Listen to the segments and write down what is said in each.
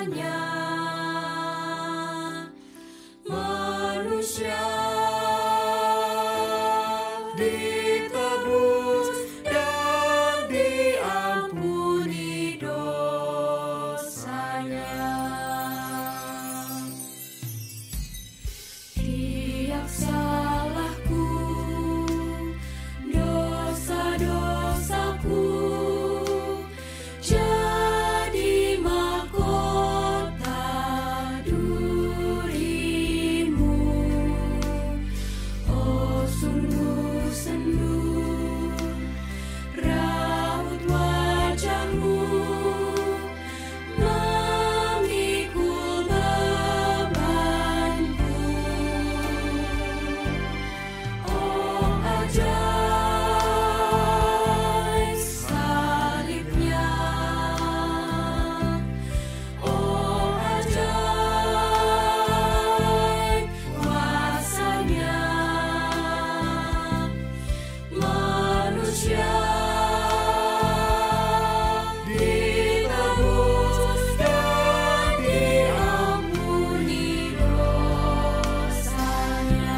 manusia ditebus dan diampuni dosanya. Tiap salahku, dosa-dosaku jadi mahkota durimu. Oh, sungguh sendu raut wajahmu, memikul bebanku. Oh, ajaib salibnya. Oh, ajaib kuasanya. Manusia ditebus dan diampuni dosanya.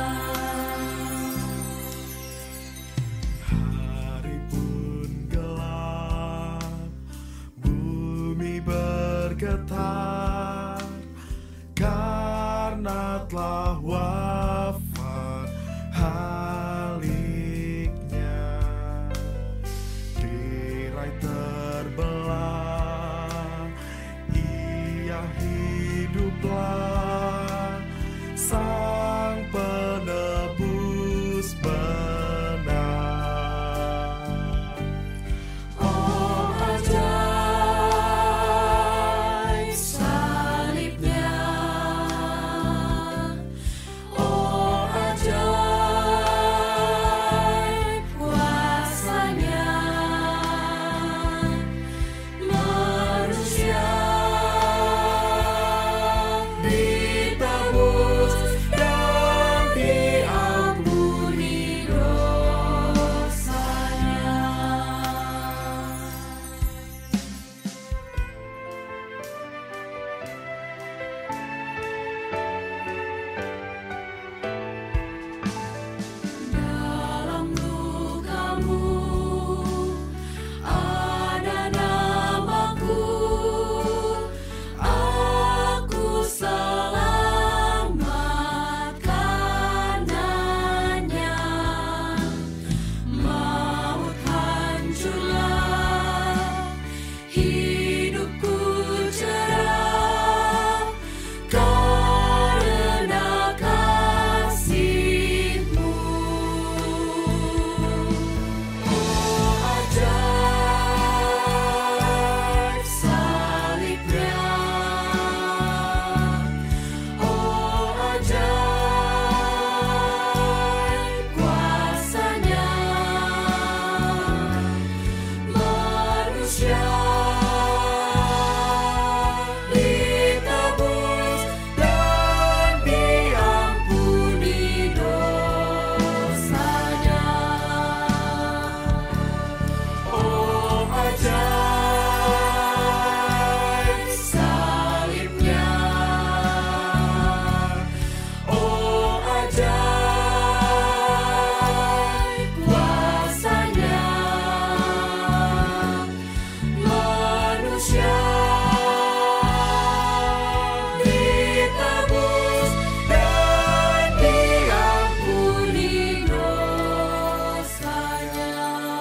Hari pun gelap, bumi bergetar, karena telah wafat Haliknya. Tirai terbelah, ia hiduplah, sang penebus benar. Oh, ajaib salibnya. Oh, ajaib kuasanya. Manusia ditebus dan diampuni dosanya. Dalam lukamu ada namaku, aku selamat karenanya. Maut hancurlah, hidupku cerah karena kasih-Mu. Oh, ajaib salibnya. Oh, ajaib kuasanya. Manusia ditebus dan diampuni dosanya. Oh, ajaib salibnya. Oh, ajaib kuasanya. Manusia ditebus dan diampuni dosanya.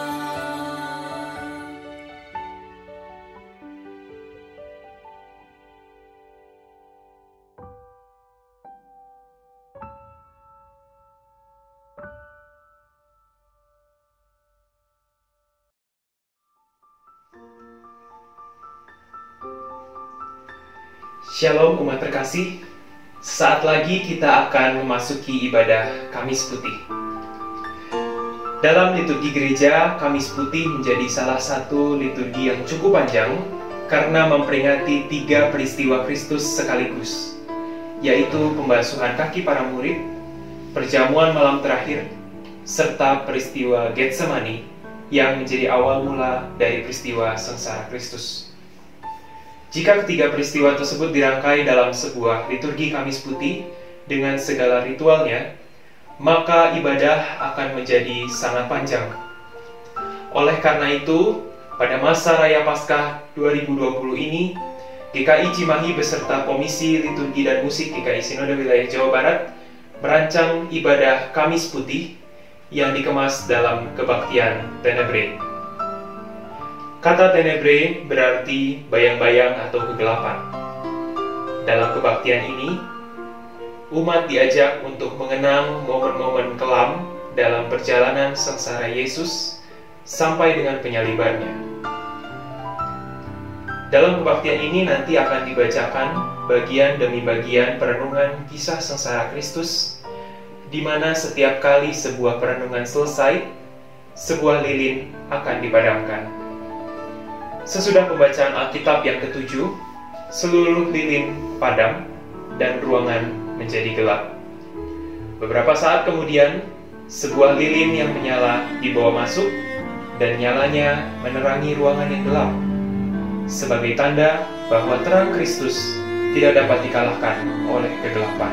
Shalom umat terkasih, saat lagi kita akan memasuki ibadah Kamis Putih. Dalam liturgi gereja, Kamis Putih menjadi salah satu liturgi yang cukup panjang karena memperingati 3 peristiwa Kristus sekaligus, yaitu pembasuhan kaki para murid, perjamuan malam terakhir, serta peristiwa Getsemani yang menjadi awal mula dari peristiwa sengsara Kristus. Jika ketiga peristiwa tersebut dirangkai dalam sebuah liturgi Kamis Putih dengan segala ritualnya, maka ibadah akan menjadi sangat panjang. Oleh karena itu, pada masa Raya Paskah 2020 ini, GKI Cimahi beserta Komisi Liturgi dan Musik GKI Sinode Wilayah Jawa Barat merancang ibadah Kamis Putih yang dikemas dalam kebaktian Tenebrae. Kata Tenebrae berarti bayang-bayang atau kegelapan. Dalam kebaktian ini, umat diajak untuk mengenang momen-momen kelam dalam perjalanan sengsara Yesus sampai dengan penyalibannya. Dalam kebaktian ini nanti akan dibacakan bagian demi bagian perenungan kisah sengsara Kristus, di mana setiap kali sebuah perenungan selesai, sebuah lilin akan dipadamkan. Sesudah pembacaan Alkitab yang ketujuh, seluruh lilin padam dan ruangan menjadi gelap. Beberapa saat kemudian, sebuah lilin yang menyala dibawa masuk dan nyalanya menerangi ruangan yang gelap, sebagai tanda bahwa terang Kristus tidak dapat dikalahkan oleh kegelapan.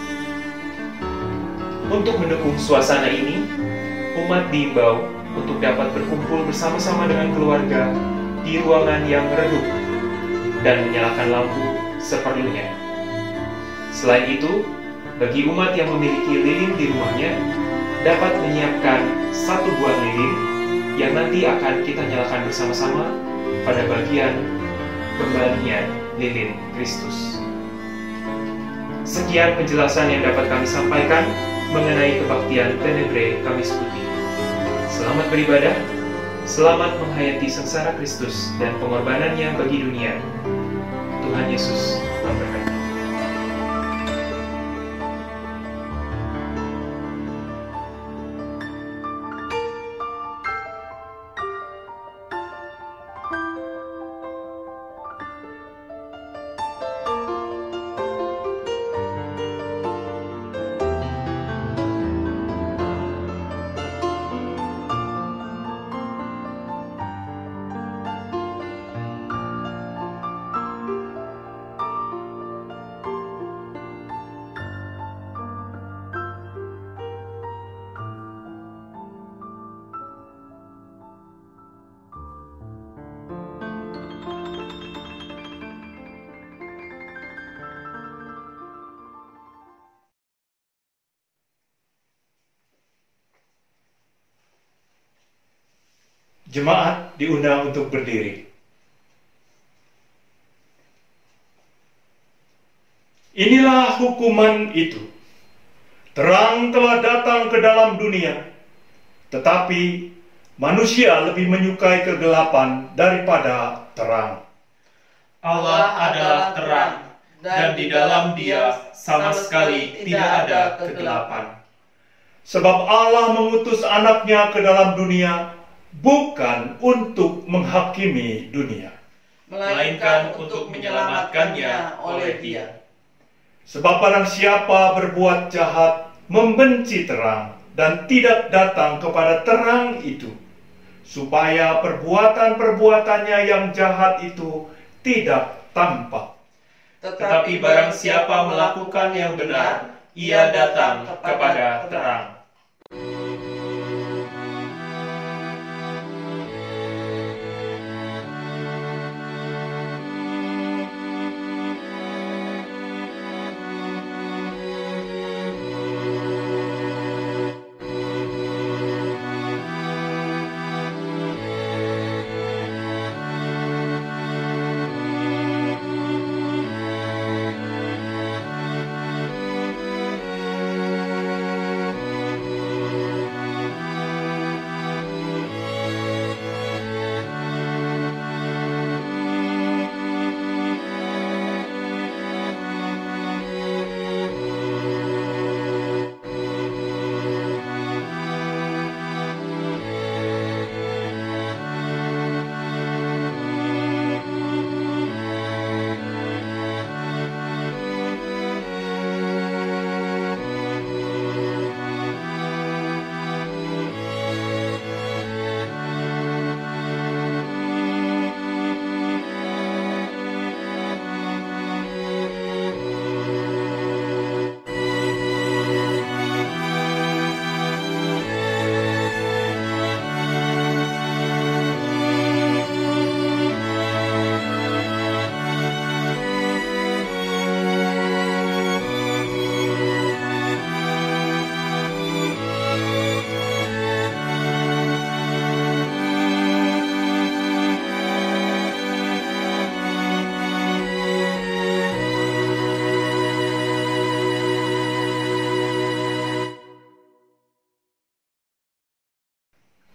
Untuk mendukung suasana ini, umat diimbau untuk dapat berkumpul bersama-sama dengan keluarga di ruangan yang redup dan menyalakan lampu seperlunya. Selain itu, bagi umat yang memiliki lilin di rumahnya, dapat menyiapkan satu buah lilin yang nanti akan kita nyalakan bersama-sama pada bagian kembalinya lilin Kristus. Sekian penjelasan yang dapat kami sampaikan mengenai kebaktian Tenebrae Kamis Putih. Selamat beribadah, selamat menghayati sengsara Kristus dan pengorbanannya bagi dunia. Tuhan Yesus memberkati. Jemaat diundang untuk berdiri. Inilah hukuman itu. Terang telah datang ke dalam dunia, tetapi manusia lebih menyukai kegelapan daripada terang. Allah adalah terang, dan di dalam Dia sama sekali tidak ada kegelapan. Sebab Allah mengutus anaknya ke dalam dunia bukan untuk menghakimi dunia, Melainkan untuk menyelamatkannya oleh Dia. Sebab barang siapa berbuat jahat membenci terang dan tidak datang kepada terang itu, supaya perbuatan-perbuatannya yang jahat itu tidak tampak. Tetapi barang siapa melakukan yang benar, ia datang kepada terang.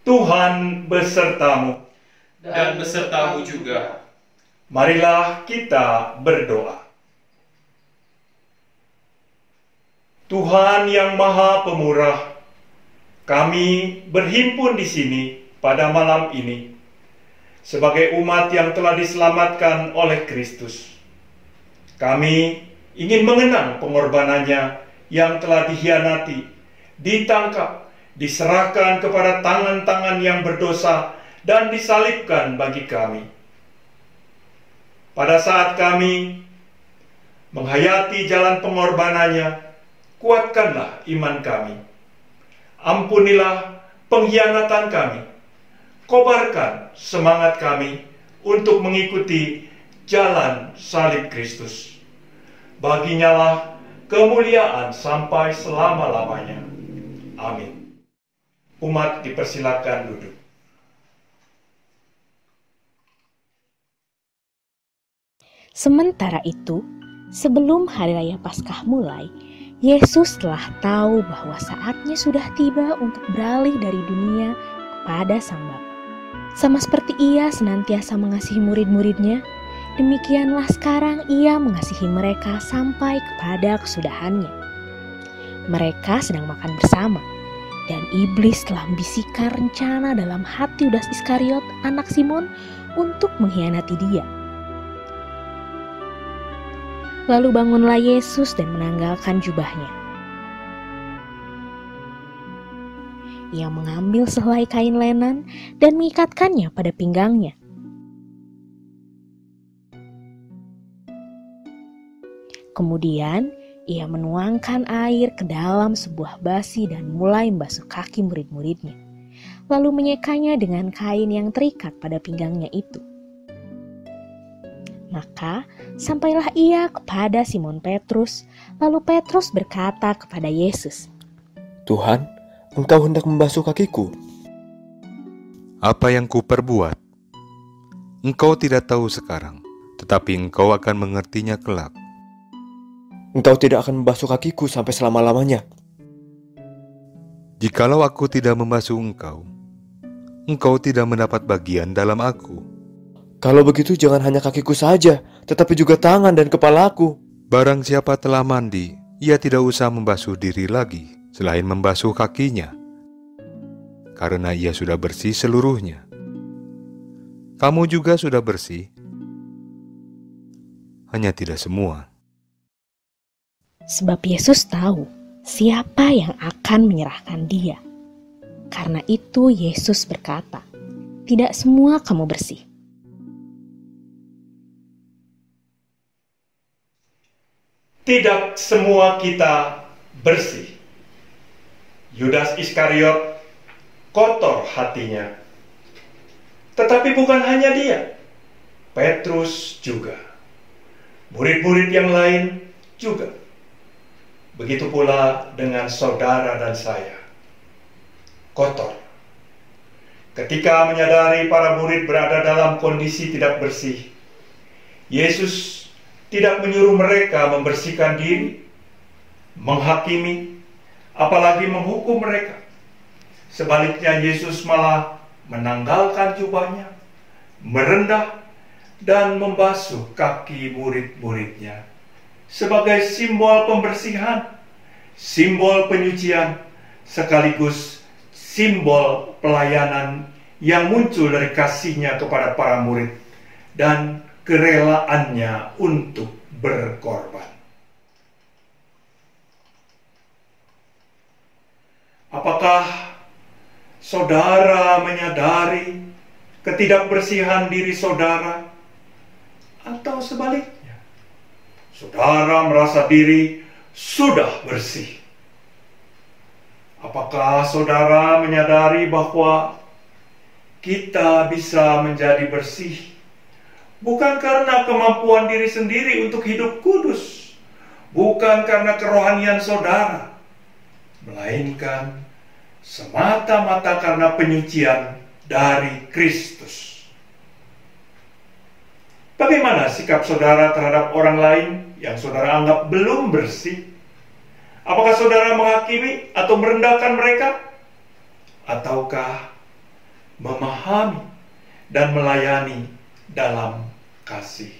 Tuhan besertamu. dan besertamu juga. Marilah kita berdoa. Tuhan yang Maha Pemurah, kami berhimpun di sini pada malam ini sebagai umat yang telah diselamatkan oleh Kristus. Kami ingin mengenang pengorbanannya yang telah dikhianati, ditangkap, diserahkan kepada tangan-tangan yang berdosa, dan disalibkan bagi kami. Pada saat kami menghayati jalan pengorbanannya, kuatkanlah iman kami. Ampunilah pengkhianatan kami. Kobarkan semangat kami untuk mengikuti jalan salib Kristus. Baginya lah kemuliaan sampai selama-lamanya. Amin. Umat dipersilakan duduk. Sementara itu, sebelum Hari Raya Paskah mulai, Yesus telah tahu bahwa saatnya sudah tiba untuk beralih dari dunia kepada Sang Bapa. Sama seperti Ia senantiasa mengasihi murid-muridnya, demikianlah sekarang Ia mengasihi mereka sampai kepada kesudahannya. Mereka sedang makan bersama, dan iblis telah membisikkan rencana dalam hati Yudas Iskariot, anak Simon, untuk mengkhianati Dia. Lalu bangunlah Yesus dan menanggalkan jubahnya. Ia mengambil sehelai kain lenan dan mengikatkannya pada pinggangnya. Kemudian ia menuangkan air ke dalam sebuah basi dan mulai membasuh kaki murid-muridnya, lalu menyekanya dengan kain yang terikat pada pinggangnya itu. Maka sampailah ia kepada Simon Petrus, lalu Petrus berkata kepada Yesus, Tuhan, Engkau hendak membasuh kakiku. Apa yang kuperbuat, Engkau tidak tahu sekarang, tetapi Engkau akan mengertinya kelak. Engkau tidak akan membasuh kakiku sampai selama-lamanya. Jikalau aku tidak membasuh Engkau, Engkau tidak mendapat bagian dalam aku. Kalau begitu jangan hanya kakiku saja, tetapi juga tangan dan kepalaku. Barang siapa telah mandi, ia tidak usah membasuh diri lagi, selain membasuh kakinya, karena ia sudah bersih seluruhnya. Kamu juga sudah bersih, hanya tidak semua. sebab Yesus tahu siapa yang akan menyerahkan Dia. Karena itu Yesus berkata, tidak semua kamu bersih. Tidak semua kita bersih. Yudas Iskariot kotor hatinya. Tetapi bukan hanya dia, Petrus juga. Murid-murid yang lain juga. Begitu pula dengan saudara dan saya. Kotor. Ketika menyadari para murid berada dalam kondisi tidak bersih, Yesus tidak menyuruh mereka membersihkan diri, menghakimi, apalagi menghukum mereka. Sebaliknya Yesus malah menanggalkan jubahnya, merendah, dan membasuh kaki murid-muridnya sebagai simbol pembersihan, simbol penyucian, sekaligus simbol pelayanan yang muncul dari kasihnya kepada para murid dan kerelaannya untuk berkorban. Apakah saudara menyadari ketidakbersihan diri saudara, atau sebaliknya, saudara merasa diri sudah bersih? Apakah saudara menyadari bahwa kita bisa menjadi bersih bukan karena kemampuan diri sendiri untuk hidup kudus, bukan karena kerohanian saudara, melainkan semata-mata karena penyucian dari Kristus? Bagaimana sikap saudara terhadap orang lain yang saudara anggap belum bersih? Apakah saudara menghakimi atau merendahkan mereka? Ataukah memahami, dan melayani dalam kasih.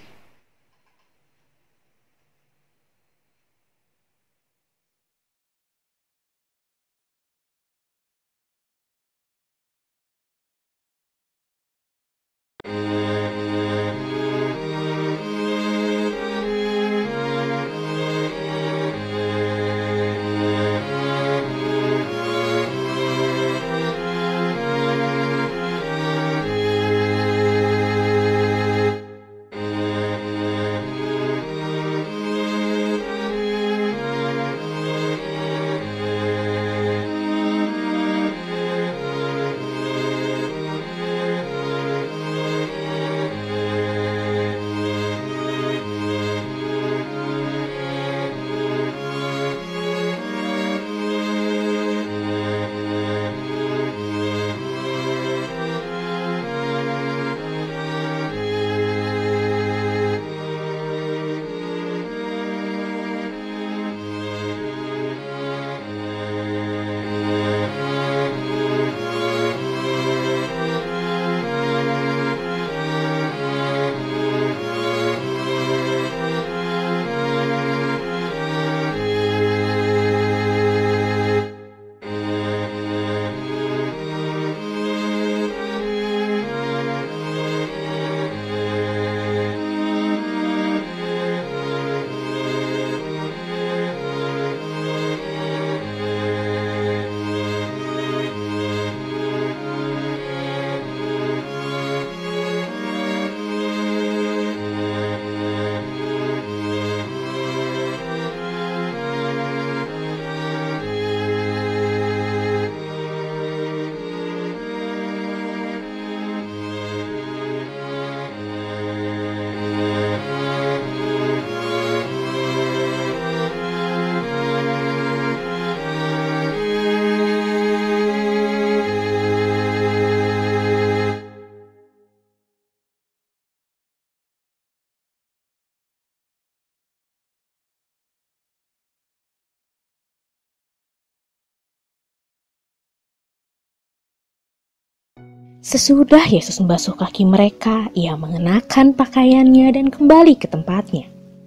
Sesudah Yesus membasuh kaki mereka, ia mengenakan pakaiannya dan kembali ke tempatnya.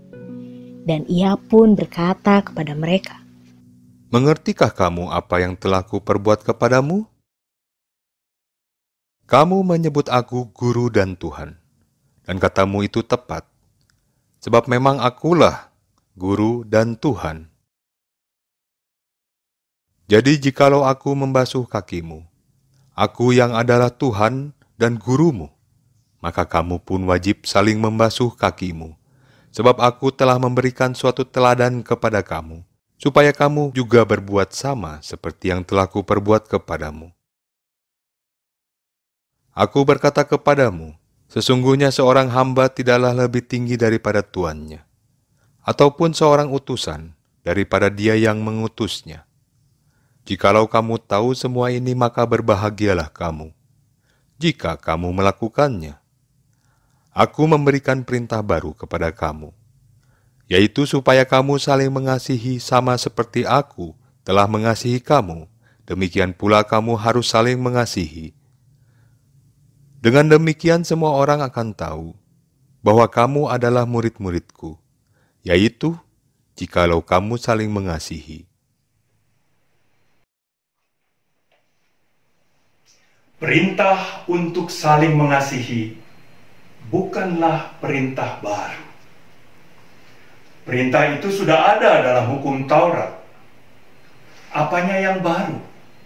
Dan ia pun berkata kepada mereka, "Mengertikah kamu apa yang telah kuperbuat kepadamu? Kamu menyebut aku guru dan Tuhan, dan katamu itu tepat, sebab memang akulah guru dan Tuhan. Jadi jikalau aku membasuh kakimu, aku yang adalah Tuhan dan gurumu, maka kamu pun wajib saling membasuh kakimu, sebab aku telah memberikan suatu teladan kepada kamu, supaya kamu juga berbuat sama seperti yang telah kuperbuat kepadamu. Aku berkata kepadamu, sesungguhnya seorang hamba tidaklah lebih tinggi daripada tuannya, ataupun seorang utusan daripada dia yang mengutusnya. Jikalau kamu tahu semua ini, maka berbahagialah kamu, jika kamu melakukannya. Aku memberikan perintah baru kepada kamu, yaitu supaya kamu saling mengasihi sama seperti aku telah mengasihi kamu, demikian pula kamu harus saling mengasihi. Dengan demikian semua orang akan tahu bahwa kamu adalah murid-muridku, yaitu jikalau kamu saling mengasihi." Perintah untuk saling mengasihi bukanlah perintah baru. Perintah itu sudah ada dalam hukum Taurat. Apanya yang baru?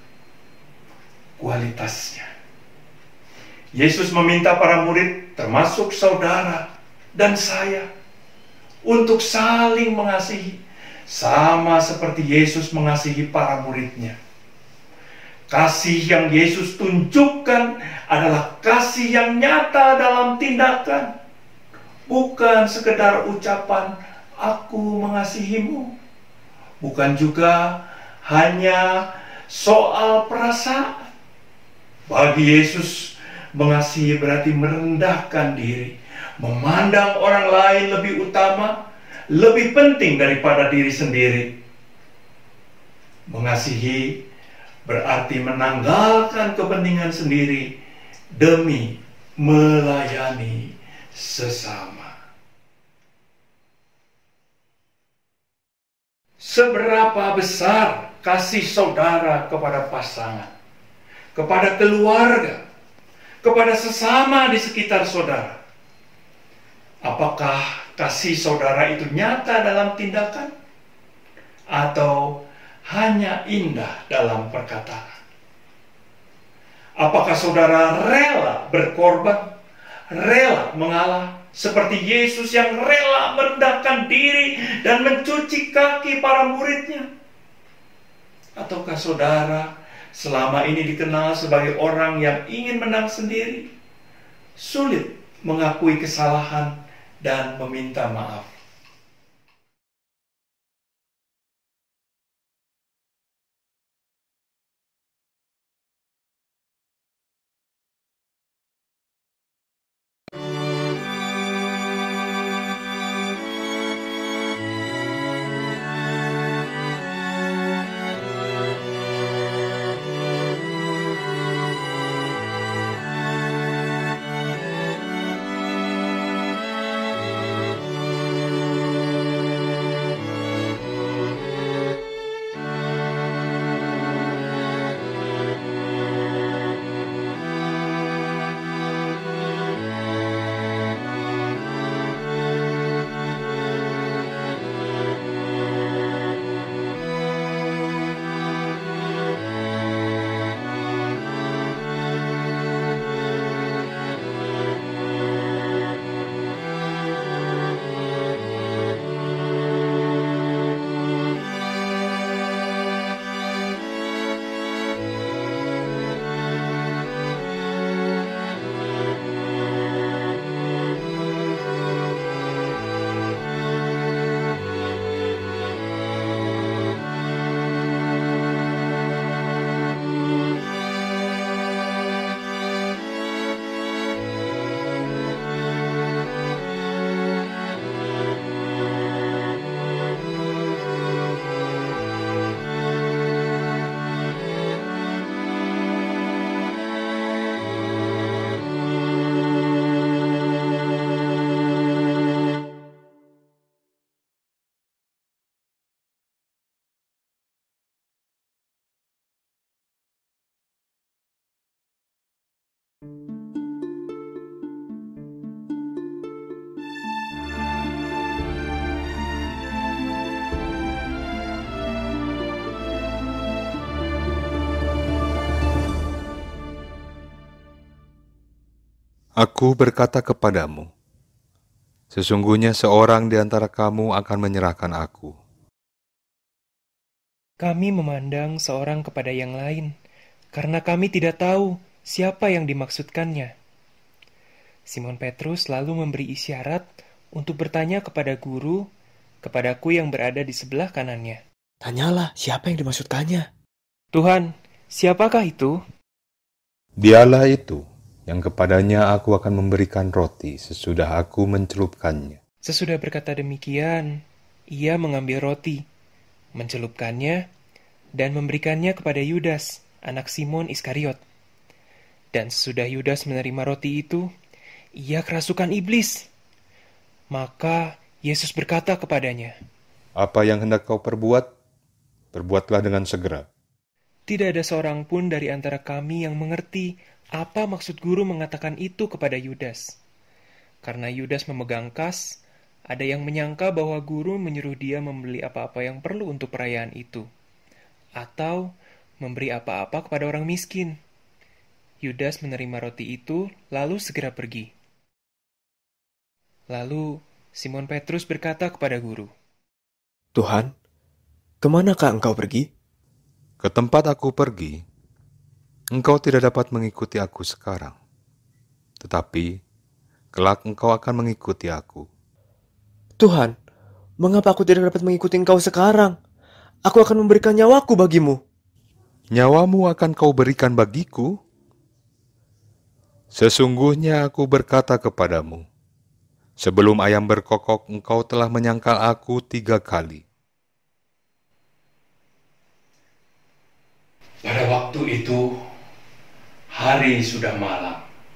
Kualitasnya. Yesus meminta para murid, termasuk saudara dan saya, untuk saling mengasihi, sama seperti Yesus mengasihi para muridnya. Kasih yang Yesus tunjukkan adalah kasih yang nyata dalam tindakan, bukan sekedar ucapan, "Aku mengasihimu." Bukan juga hanya soal perasaan. Bagi Yesus, mengasihi berarti merendahkan diri, memandang orang lain lebih utama, lebih penting daripada diri sendiri. Mengasihi berarti menanggalkan kepentingan sendiri demi melayani sesama. Seberapa besar kasih saudara kepada pasangan, kepada keluarga, kepada sesama di sekitar saudara? Apakah kasih saudara itu nyata dalam tindakan atau hanya indah dalam perkataan? Apakah saudara rela berkorban, rela mengalah, seperti Yesus yang rela merendahkan diri dan mencuci kaki para muridnya? Ataukah saudara selama ini dikenal sebagai orang yang ingin menang sendiri, sulit mengakui kesalahan dan meminta maaf? Aku berkata kepadamu, sesungguhnya seorang di antara kamu akan menyerahkan aku. Kami memandang seorang kepada yang lain, karena kami tidak tahu siapa yang dimaksudkannya. Simon Petrus lalu memberi isyarat untuk bertanya kepada guru, kepadaku yang berada di sebelah kanannya. Tanyalah siapa yang dimaksudkannya. Tuhan, siapakah itu? Dialah itu yang kepadanya aku akan memberikan roti sesudah aku mencelupkannya. Sesudah berkata demikian, ia mengambil roti, mencelupkannya, dan memberikannya kepada Yudas, anak Simon Iskariot. Dan sesudah Yudas menerima roti itu, ia kerasukan iblis. Maka Yesus berkata kepadanya, Apa yang hendak kau perbuat? Perbuatlah dengan segera. tidak ada seorang pun dari antara kami yang mengerti apa maksud guru mengatakan itu kepada Yudas. Karena Yudas memegang kas, ada yang menyangka bahwa guru menyuruh dia membeli apa-apa yang perlu untuk perayaan itu, atau memberi apa-apa kepada orang miskin. Yudas menerima roti itu, lalu segera pergi. Lalu Simon Petrus berkata kepada guru, Tuhan, kemanakah engkau pergi? Ke tempat aku pergi, engkau tidak dapat mengikuti aku sekarang. Tetapi, kelak engkau akan mengikuti aku. Tuhan, mengapa aku tidak dapat mengikuti engkau sekarang? Aku akan memberikan nyawaku bagimu. Nyawamu akan kau berikan bagiku? Sesungguhnya aku berkata kepadamu, sebelum ayam berkokok engkau telah menyangkal aku 3 kali. Pada waktu itu, hari sudah malam.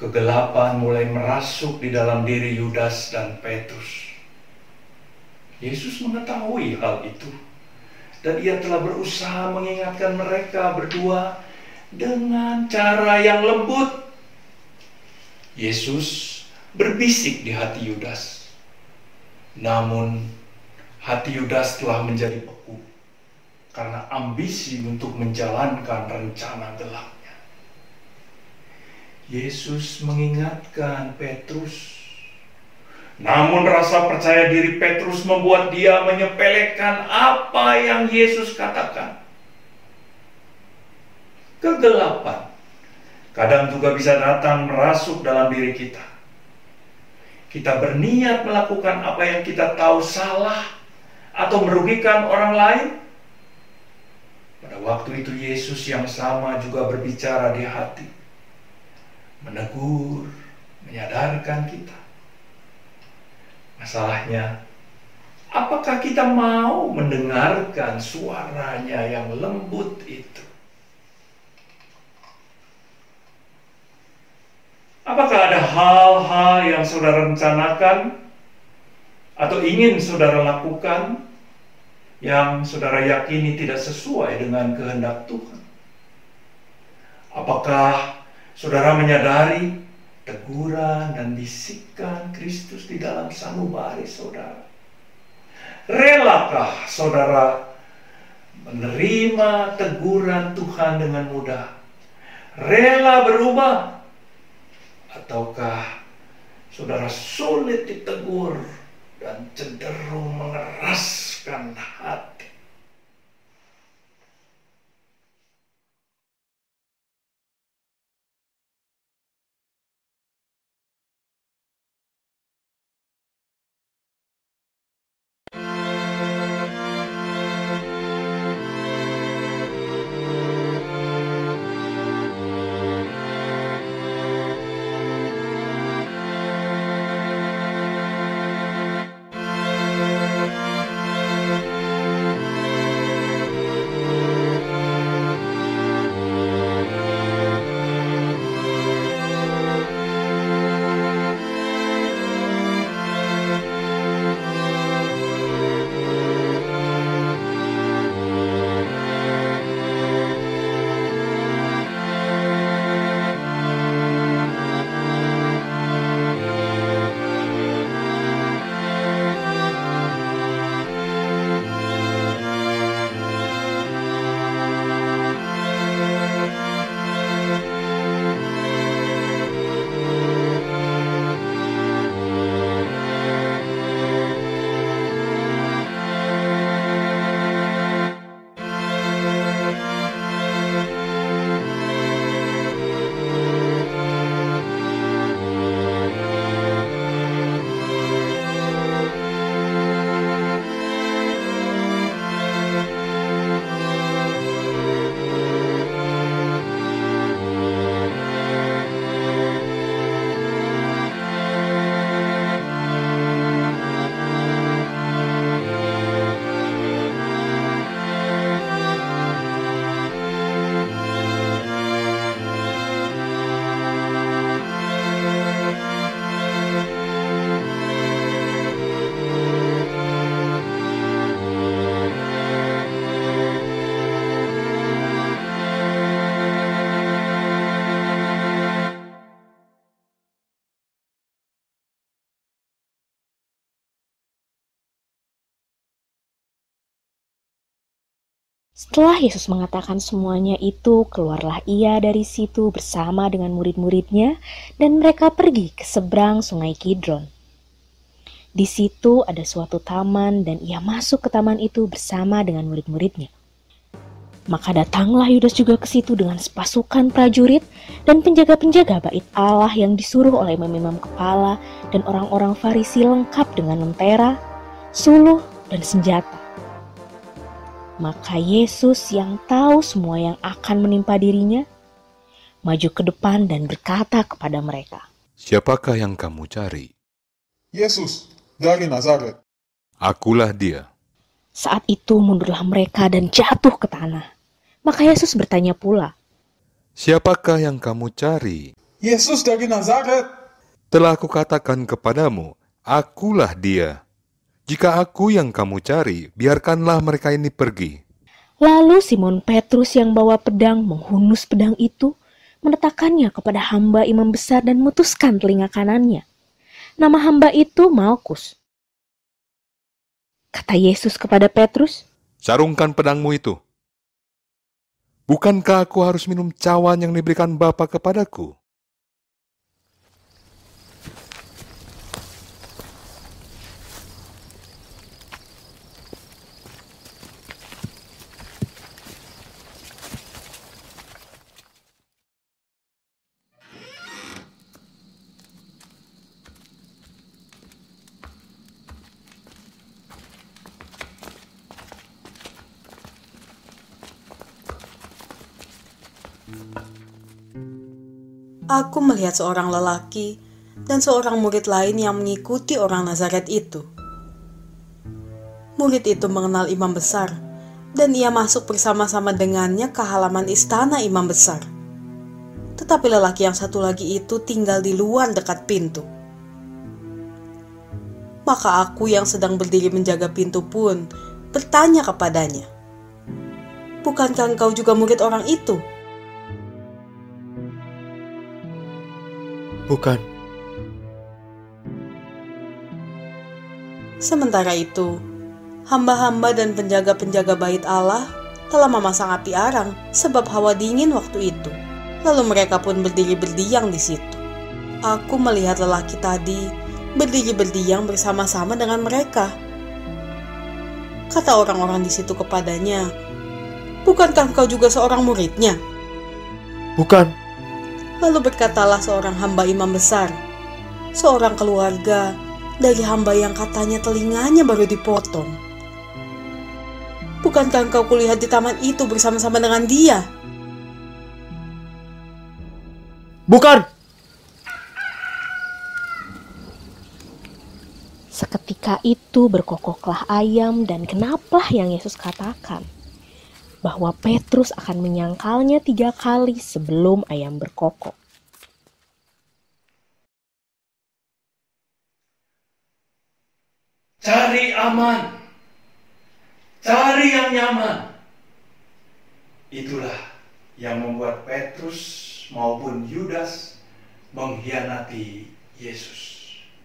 Kegelapan mulai merasuk di dalam diri Yudas dan Petrus. Yesus mengetahui hal itu, dan ia telah berusaha mengingatkan mereka berdua dengan cara yang lembut. Yesus berbisik di hati Yudas. Namun, hati Yudas telah menjadi beku karena ambisi untuk menjalankan rencana gelapnya. Yesus mengingatkan Petrus. Namun rasa percaya diri Petrus membuat dia menyepelekan apa yang Yesus katakan. Kegelapan kadang juga bisa datang merasuk dalam diri kita. Kita berniat melakukan apa yang kita tahu salah atau merugikan orang lain. Pada waktu itu Yesus yang sama juga berbicara di hati, menegur, menyadarkan kita. Masalahnya, apakah kita mau mendengarkan suaranya yang lembut itu? Apakah ada hal-hal yang saudara rencanakan atau ingin saudara lakukan yang saudara yakini tidak sesuai dengan kehendak Tuhan? Apakah saudara menyadari teguran dan bisikan Kristus di dalam sanubari saudara? Relakah saudara menerima teguran Tuhan dengan mudah? Rela berubah? Ataukah saudara sulit ditegur dan cenderung mengeraskan hati? Setelah Yesus mengatakan semuanya itu, keluarlah ia dari situ bersama dengan murid-muridnya, dan mereka pergi ke seberang sungai Kidron. Di situ ada suatu taman, dan ia masuk ke taman itu bersama dengan murid-muridnya. Maka datanglah Yudas juga ke situ dengan sepasukan prajurit dan penjaga-penjaga bait Allah yang disuruh oleh imam kepala dan orang-orang Farisi lengkap dengan lentera, suluh, dan senjata. Maka Yesus yang tahu semua yang akan menimpa dirinya, maju ke depan dan berkata kepada mereka, "Siapakah yang kamu cari?" Yesus dari Nazaret. Akulah dia. Saat itu mundurlah mereka dan jatuh ke tanah. Maka Yesus bertanya pula, Siapakah yang kamu cari? Yesus dari Nazaret. Telah kukatakan kepadamu, akulah dia. Jika aku yang kamu cari, biarkanlah mereka ini pergi. Lalu Simon Petrus yang bawa pedang menghunus pedang itu, meletakkannya kepada hamba imam besar dan memutuskan telinga kanannya. Nama hamba itu Malkus. Kata Yesus kepada Petrus, Sarungkan pedangmu itu. Bukankah aku harus minum cawan yang diberikan Bapa kepadaku? Aku melihat seorang lelaki dan seorang murid lain yang mengikuti orang Nazaret itu. Murid itu mengenal imam besar, dan ia masuk bersama-sama dengannya ke halaman istana imam besar. Tetapi lelaki yang satu lagi itu tinggal di luar dekat pintu. Maka aku yang sedang berdiri menjaga pintu pun bertanya kepadanya, "Bukankah engkau juga murid orang itu?" Bukan. Sementara itu, hamba-hamba dan penjaga-penjaga bait Allah telah memasang api arang sebab hawa dingin waktu itu. Lalu mereka pun berdiri berdiam di situ. Aku melihat lelaki tadi berdiri berdiam bersama-sama dengan mereka. Kata orang-orang di situ kepadanya, "Bukankah engkau juga seorang muridnya?" Bukan. Lalu berkatalah seorang hamba imam besar, seorang keluarga dari hamba yang katanya telinganya baru dipotong. "Bukankah engkau kulihat di taman itu bersama-sama dengan dia?" Bukan. seketika itu berkokoklah ayam dan genaplah yang Yesus katakan, bahwa Petrus akan menyangkalnya 3 kali sebelum ayam berkokok. Cari aman, cari yang nyaman. Itulah yang membuat Petrus maupun Yudas mengkhianati Yesus.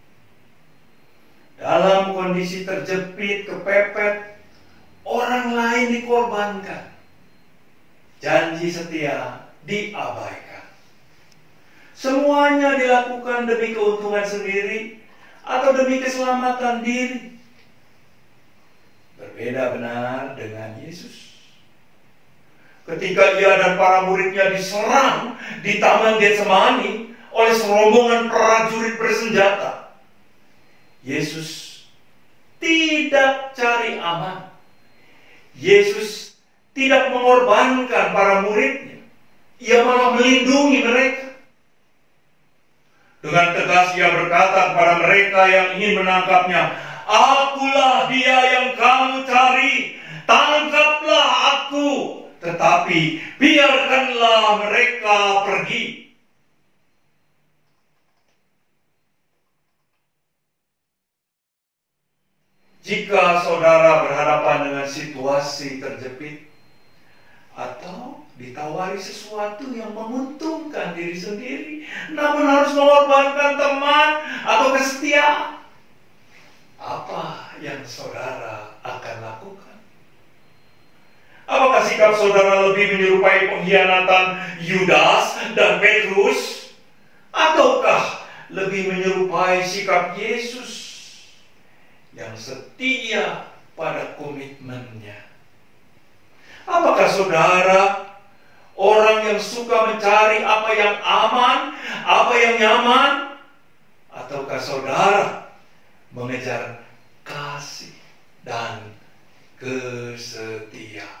Dalam kondisi terjepit, kepepet, orang lain dikorbankan. Janji setia diabaikan. Semuanya dilakukan demi keuntungan sendiri atau demi keselamatan diri. Berbeda benar dengan Yesus. Ketika ia dan para muridnya diserang di Taman Getsemani oleh serombongan prajurit bersenjata, Yesus tidak cari aman. Yesus tidak mengorbankan para muridnya. Ia malah melindungi mereka. Dengan tegas ia berkata kepada mereka yang ingin menangkapnya, "Akulah dia yang kamu cari. Tangkaplah aku. Tetapi biarkanlah mereka pergi." Jika saudara berhadapan dengan situasi terjepit atau ditawari sesuatu yang menguntungkan diri sendiri, namun harus mengorbankan teman atau kesetiaan, apa yang saudara akan lakukan? Apakah sikap saudara lebih menyerupai pengkhianatan Yudas dan Petrus, ataukah lebih menyerupai sikap Yesus yang setia pada komitmennya? Apakah saudara orang yang suka mencari apa yang aman, apa yang nyaman, ataukah saudara mengejar kasih dan kesetiaan?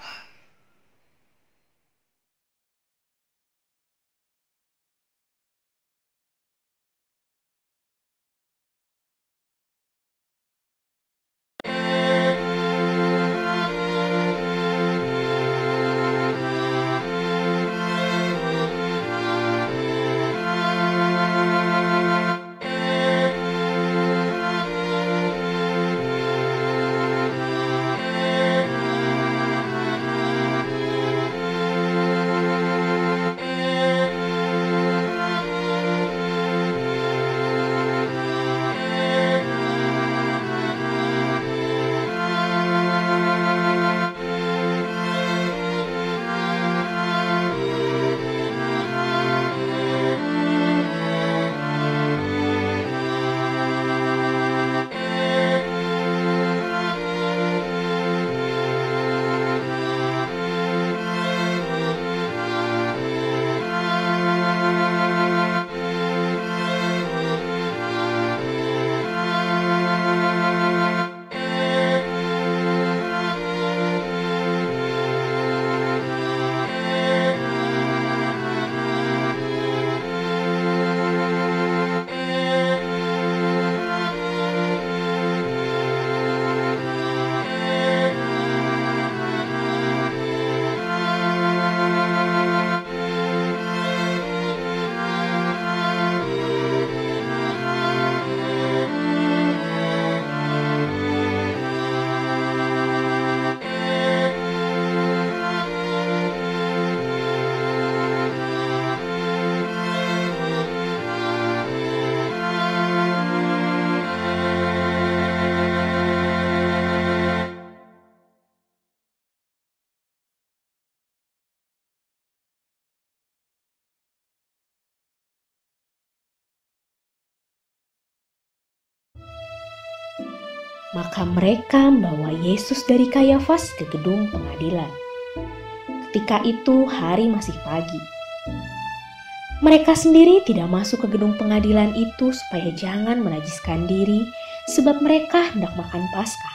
Maka mereka membawa Yesus dari Kayafas ke gedung pengadilan. Ketika itu hari masih pagi. Mereka sendiri tidak masuk ke gedung pengadilan itu supaya jangan menajiskan diri, sebab mereka hendak makan Paskah.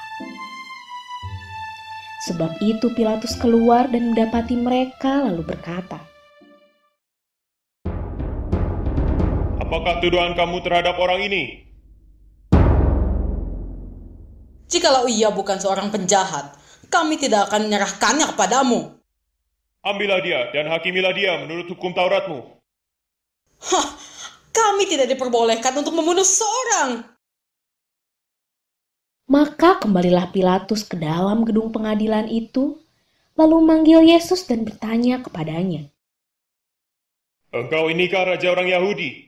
Sebab itu Pilatus keluar dan mendapati mereka lalu berkata, Apakah tuduhan kamu terhadap orang ini? Jikalau ia bukan seorang penjahat, kami tidak akan menyerahkannya kepadamu. Ambillah dia dan hakimilah dia menurut hukum Tauratmu. Hah, kami tidak diperbolehkan untuk membunuh seorang. Maka kembalilah Pilatus ke dalam gedung pengadilan itu, lalu memanggil Yesus dan bertanya kepadanya, Engkau inikah raja orang Yahudi?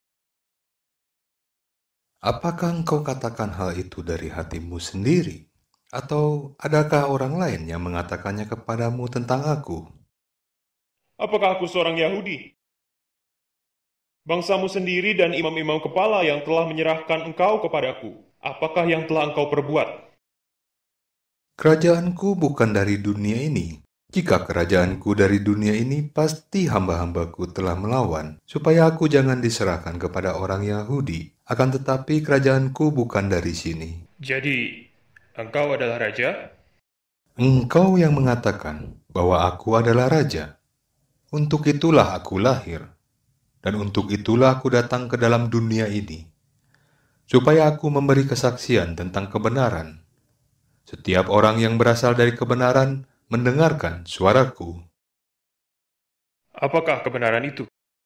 Apakah engkau katakan hal itu dari hatimu sendiri? Atau adakah orang lain yang mengatakannya kepadamu tentang aku? Apakah aku seorang Yahudi? Bangsamu sendiri dan imam-imam kepala yang telah menyerahkan engkau kepadaku. Apakah yang telah engkau perbuat? Kerajaanku bukan dari dunia ini. Jika kerajaanku dari dunia ini, pasti hamba-hambaku telah melawan, supaya aku jangan diserahkan kepada orang Yahudi. Akan tetapi kerajaanku bukan dari sini. Jadi, engkau adalah raja? Engkau yang mengatakan bahwa aku adalah raja. Untuk itulah aku lahir, dan untuk itulah aku datang ke dalam dunia ini, supaya aku memberi kesaksian tentang kebenaran. Setiap orang yang berasal dari kebenaran mendengarkan suaraku. Apakah kebenaran itu?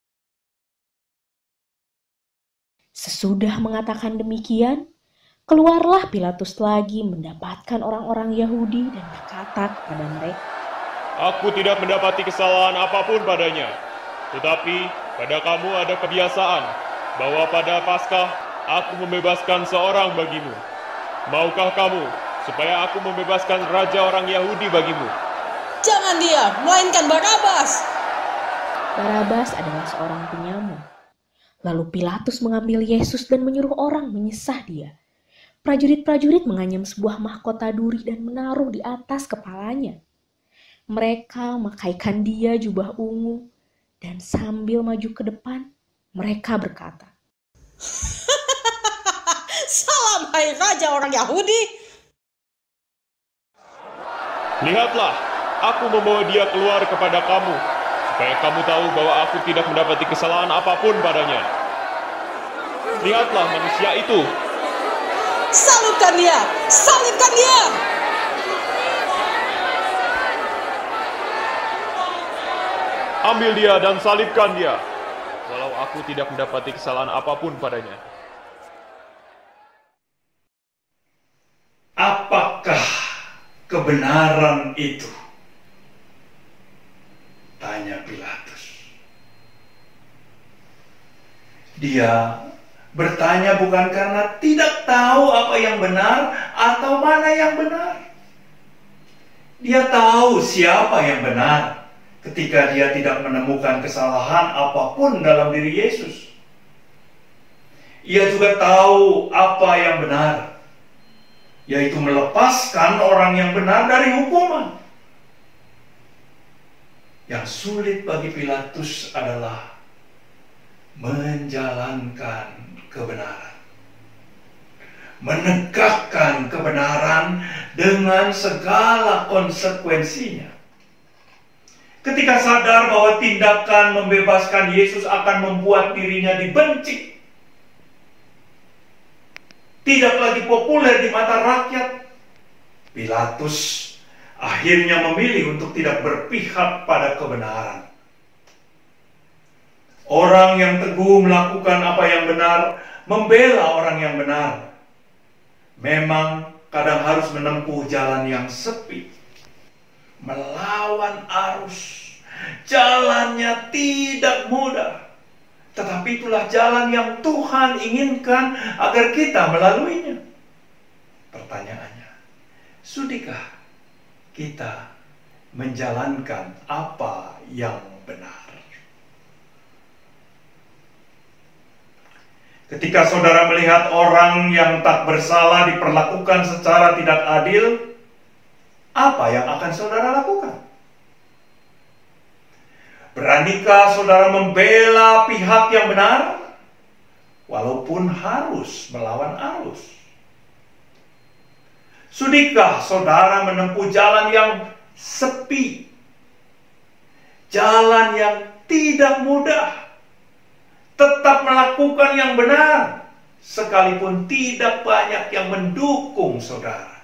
Sesudah mengatakan demikian, keluarlah Pilatus lagi mendapatkan orang-orang Yahudi dan berkata kepada mereka, Aku tidak mendapati kesalahan apapun padanya. Tetapi pada kamu ada kebiasaan bahwa pada Paskah aku membebaskan seorang bagimu. Maukah kamu supaya aku membebaskan raja orang Yahudi bagimu? Jangan dia, melainkan Barabas. Barabas adalah seorang penyamun. Lalu Pilatus mengambil Yesus dan menyuruh orang menyesah dia. Prajurit-prajurit menganyam sebuah mahkota duri dan menaruh di atas kepalanya. Mereka memakaikan dia jubah ungu, dan sambil maju ke depan, mereka berkata, Salam hai raja orang Yahudi. Lihatlah, aku membawa dia keluar kepada kamu, supaya kamu tahu bahwa aku tidak mendapati kesalahan apapun padanya. Lihatlah manusia itu. Salibkan dia, salibkan dia. Ambil dia dan salibkan dia, walau aku tidak mendapati kesalahan apapun padanya. Apakah kebenaran itu? Tanya Pilatus. Dia bertanya bukan karena tidak tahu apa yang benar atau mana yang benar. Dia tahu siapa yang benar ketika dia tidak menemukan kesalahan apapun dalam diri Yesus. Ia juga tahu apa yang benar, yaitu melepaskan orang yang benar dari hukuman. Yang sulit bagi Pilatus adalah menjalankan kebenaran, menegakkan kebenaran dengan segala konsekuensinya. Ketika sadar bahwa tindakan membebaskan Yesus akan membuat dirinya dibenci, tidak lagi populer di mata rakyat, Pilatus akhirnya memilih untuk tidak berpihak pada kebenaran. Orang yang teguh melakukan apa yang benar, membela orang yang benar, memang kadang harus menempuh jalan yang sepi, melawan arus. Jalannya tidak mudah, tetapi itulah jalan yang Tuhan inginkan agar kita melaluinya. Pertanyaannya, sudikah kita menjalankan apa yang benar? Ketika saudara melihat orang yang tak bersalah diperlakukan secara tidak adil, apa yang akan saudara lakukan? Beranikah saudara membela pihak yang benar, walaupun harus melawan arus? Sudikah saudara menempuh jalan yang sepi, jalan yang tidak mudah, tetap melakukan yang benar, sekalipun tidak banyak yang mendukung saudara?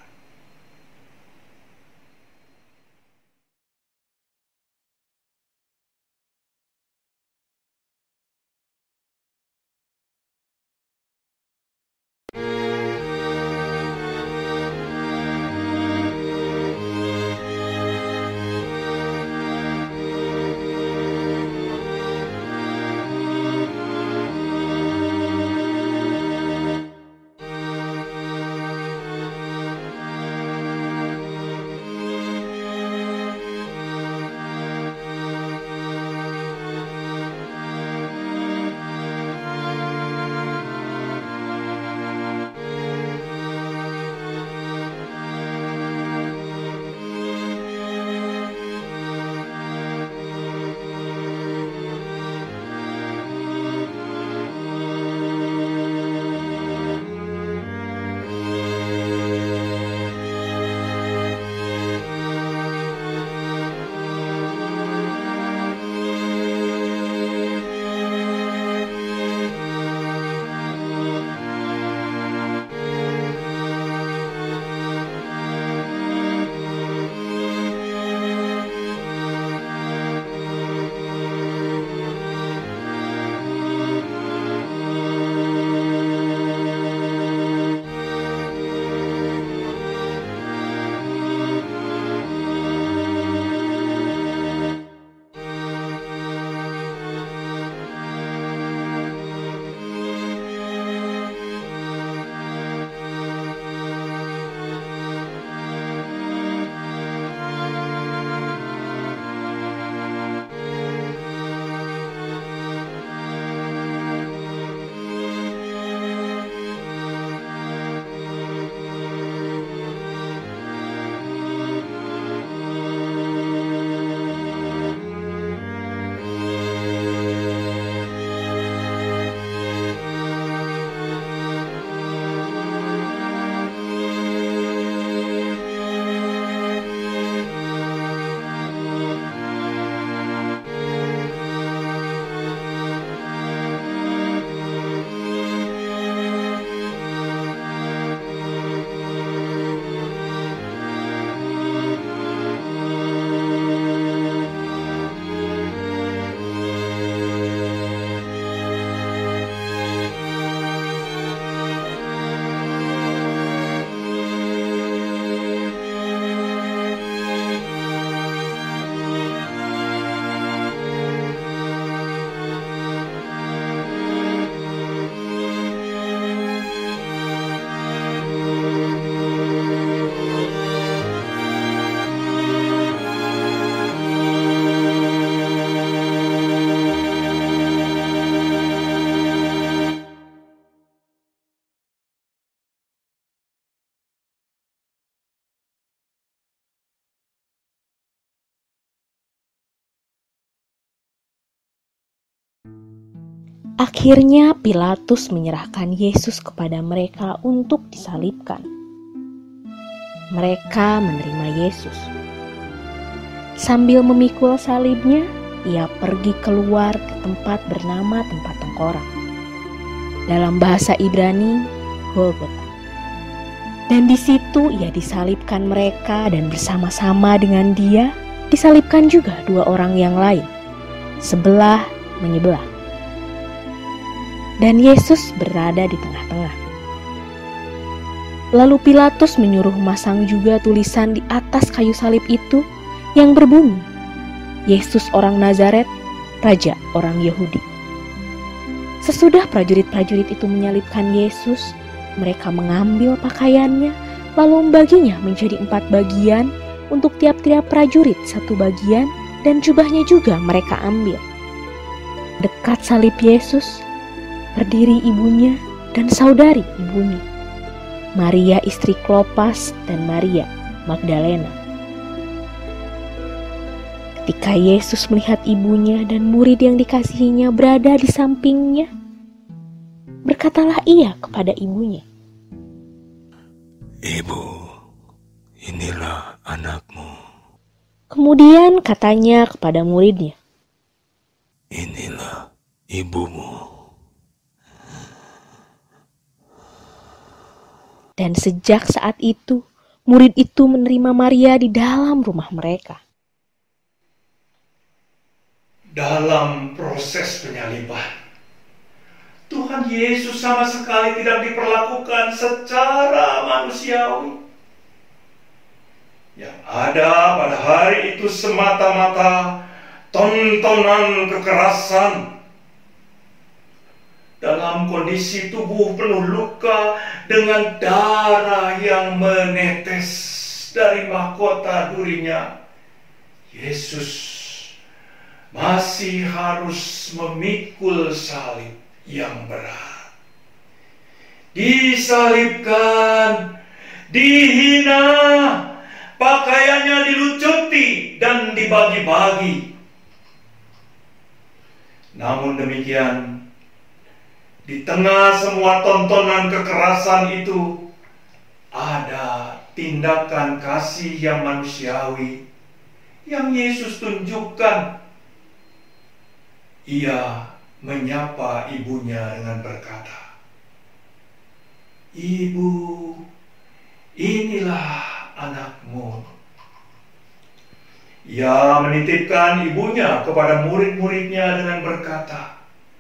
Akhirnya Pilatus menyerahkan Yesus kepada mereka untuk disalibkan. Mereka menerima Yesus. Sambil memikul salibnya, ia pergi keluar ke tempat bernama tempat tengkorak. Dalam bahasa Ibrani, Golgota. Dan di situ ia disalibkan mereka, dan bersama-sama dengan dia disalibkan juga dua orang yang lain, sebelah menyebelah. Dan Yesus berada di tengah-tengah. Lalu Pilatus menyuruh memasang juga tulisan di atas kayu salib itu yang berbunyi, Yesus orang Nazaret, Raja orang Yahudi. Sesudah prajurit-prajurit itu menyalibkan Yesus, mereka mengambil pakaiannya, lalu membaginya menjadi 4 bagian, untuk tiap-tiap prajurit 1 bagian, dan jubahnya juga mereka ambil. Dekat salib Yesus, berdiri ibunya dan saudari ibunya, Maria istri Klopas dan Maria Magdalena. Ketika Yesus melihat ibunya dan murid yang dikasihinya berada di sampingnya, berkatalah ia kepada ibunya, Ibu, inilah anakmu. Kemudian katanya kepada muridnya, Inilah ibumu. Dan sejak saat itu, murid itu menerima Maria di dalam rumah mereka. Dalam proses penyaliban, Tuhan Yesus sama sekali tidak diperlakukan secara manusiawi. Yang ada pada hari itu semata-mata tontonan kekerasan. Dalam kondisi tubuh penuh luka dengan darah yang menetes dari mahkota durinya, Yesus masih harus memikul salib yang berat. Disalibkan, dihina, pakaiannya dilucuti dan dibagi-bagi. Namun demikian, di tengah semua tontonan kekerasan itu, ada tindakan kasih yang manusiawi yang Yesus tunjukkan. Ia menyapa ibunya dengan berkata, Ibu, inilah anakmu. Ia menitipkan ibunya kepada murid-muridnya dengan berkata,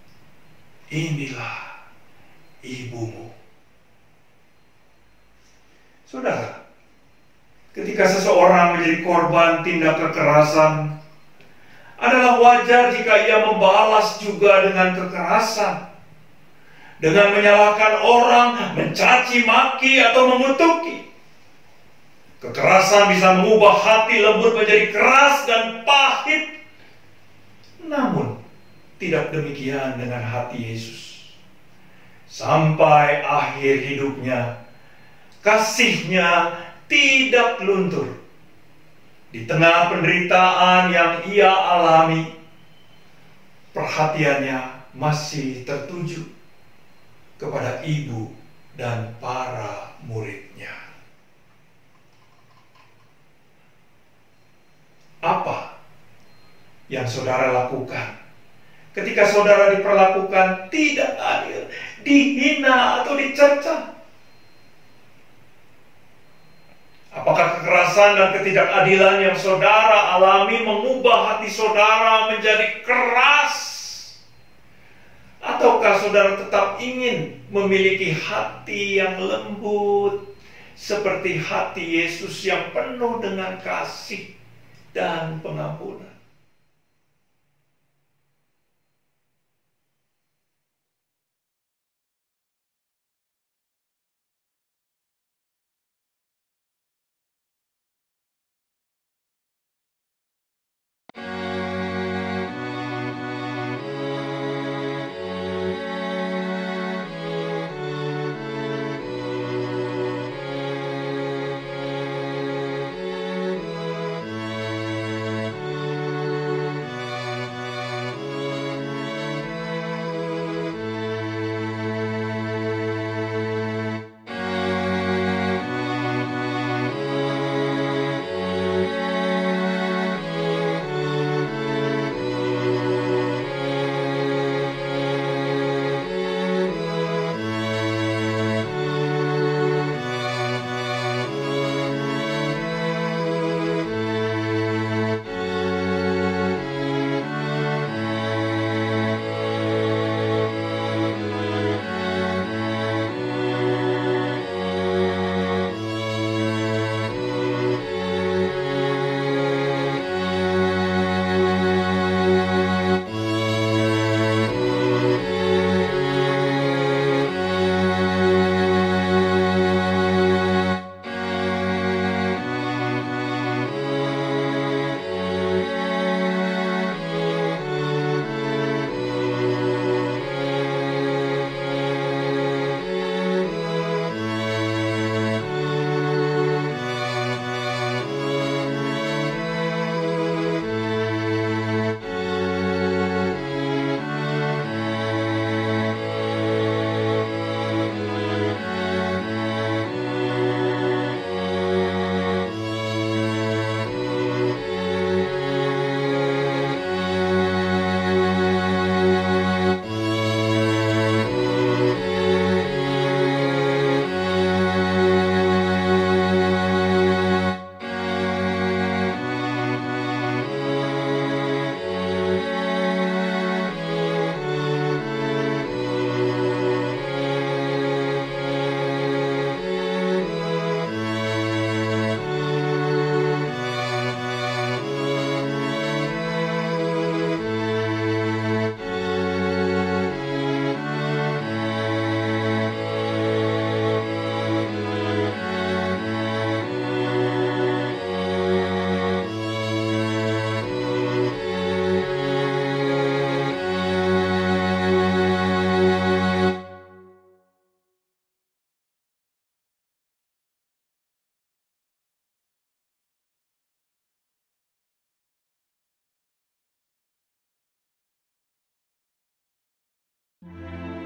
Inilah ibumu. Saudara, ketika seseorang menjadi korban tindak kekerasan, adalah wajar jika ia membalas juga dengan kekerasan, dengan menyalahkan orang, mencaci maki atau mengutuki. Kekerasan bisa mengubah hati lembut menjadi keras dan pahit. Namun, tidak demikian dengan hati Yesus. Sampai akhir hidupnya, kasih-Nya tidak luntur. Di tengah penderitaan yang ia alami, perhatiannya masih tertuju kepada ibu dan para muridnya. Apa yang saudara lakukan ketika saudara diperlakukan tidak adil, dihina atau dicerca? Apakah kekerasan dan ketidakadilan yang saudara alami mengubah hati saudara menjadi keras? Ataukah saudara tetap ingin memiliki hati yang lembut seperti hati Yesus yang penuh dengan kasih dan pengampunan?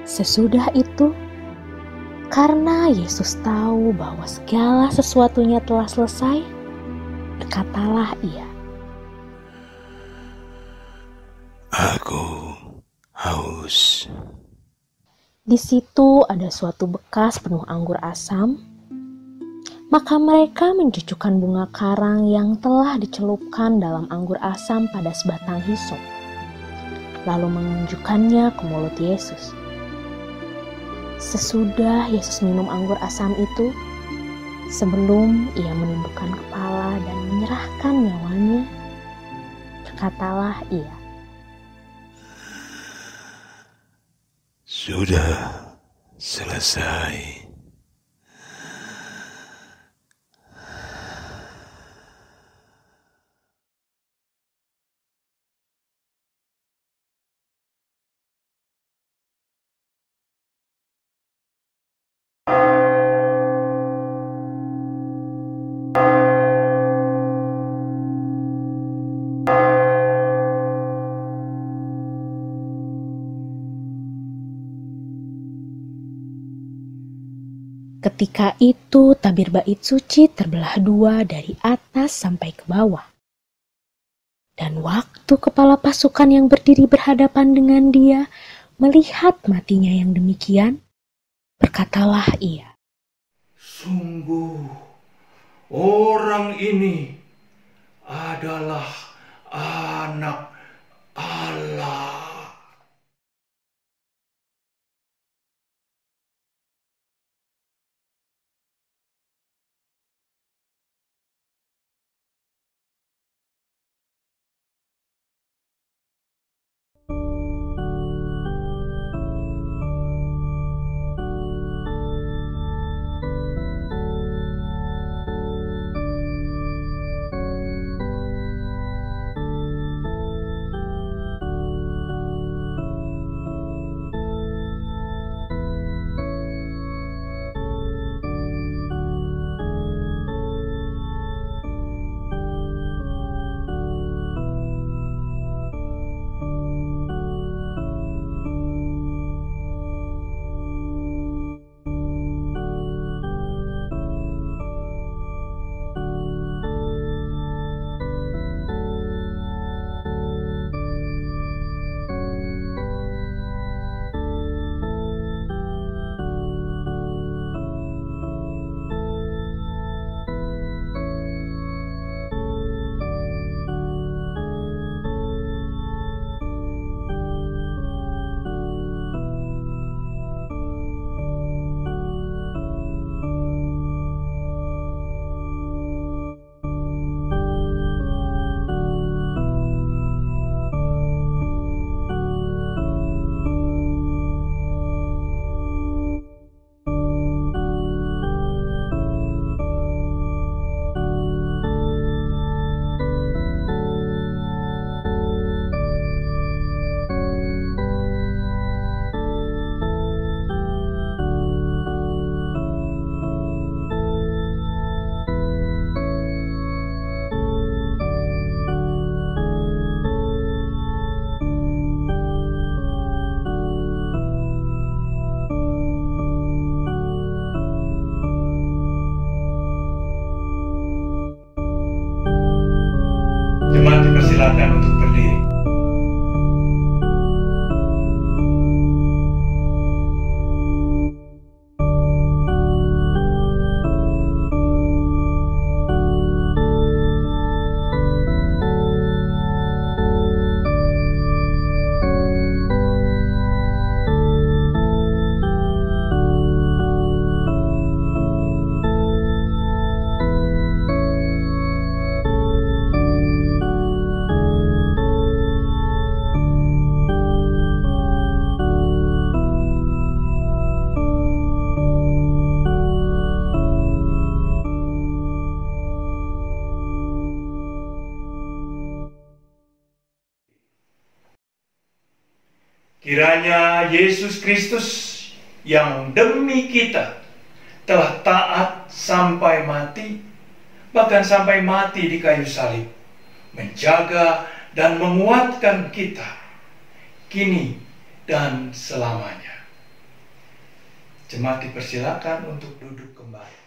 Sesudah itu, karena Yesus tahu bahwa segala sesuatunya telah selesai, berkatalah ia, Aku haus. di situ ada suatu bekas penuh anggur asam. Maka mereka mencucukkan bunga karang yang telah dicelupkan dalam anggur asam pada sebatang hisop, lalu menunjukkannya ke mulut Yesus. Sesudah Yesus minum anggur asam itu, sebelum ia menundukkan kepala dan menyerahkan nyawanya, berkatalah ia, Sudah selesai. Ketika itu tabir bait suci terbelah dua dari atas sampai ke bawah. Dan waktu kepala pasukan yang berdiri berhadapan dengan dia melihat matinya yang demikian, berkatalah ia, Sungguh, orang ini adalah anak Allah. Jemaat dipersilakan untuk berdiri. Kiranya Yesus Kristus yang demi kita telah taat sampai mati, bahkan sampai mati di kayu salib, menjaga dan menguatkan kita kini dan selamanya. Jemaat dipersilakan untuk duduk kembali.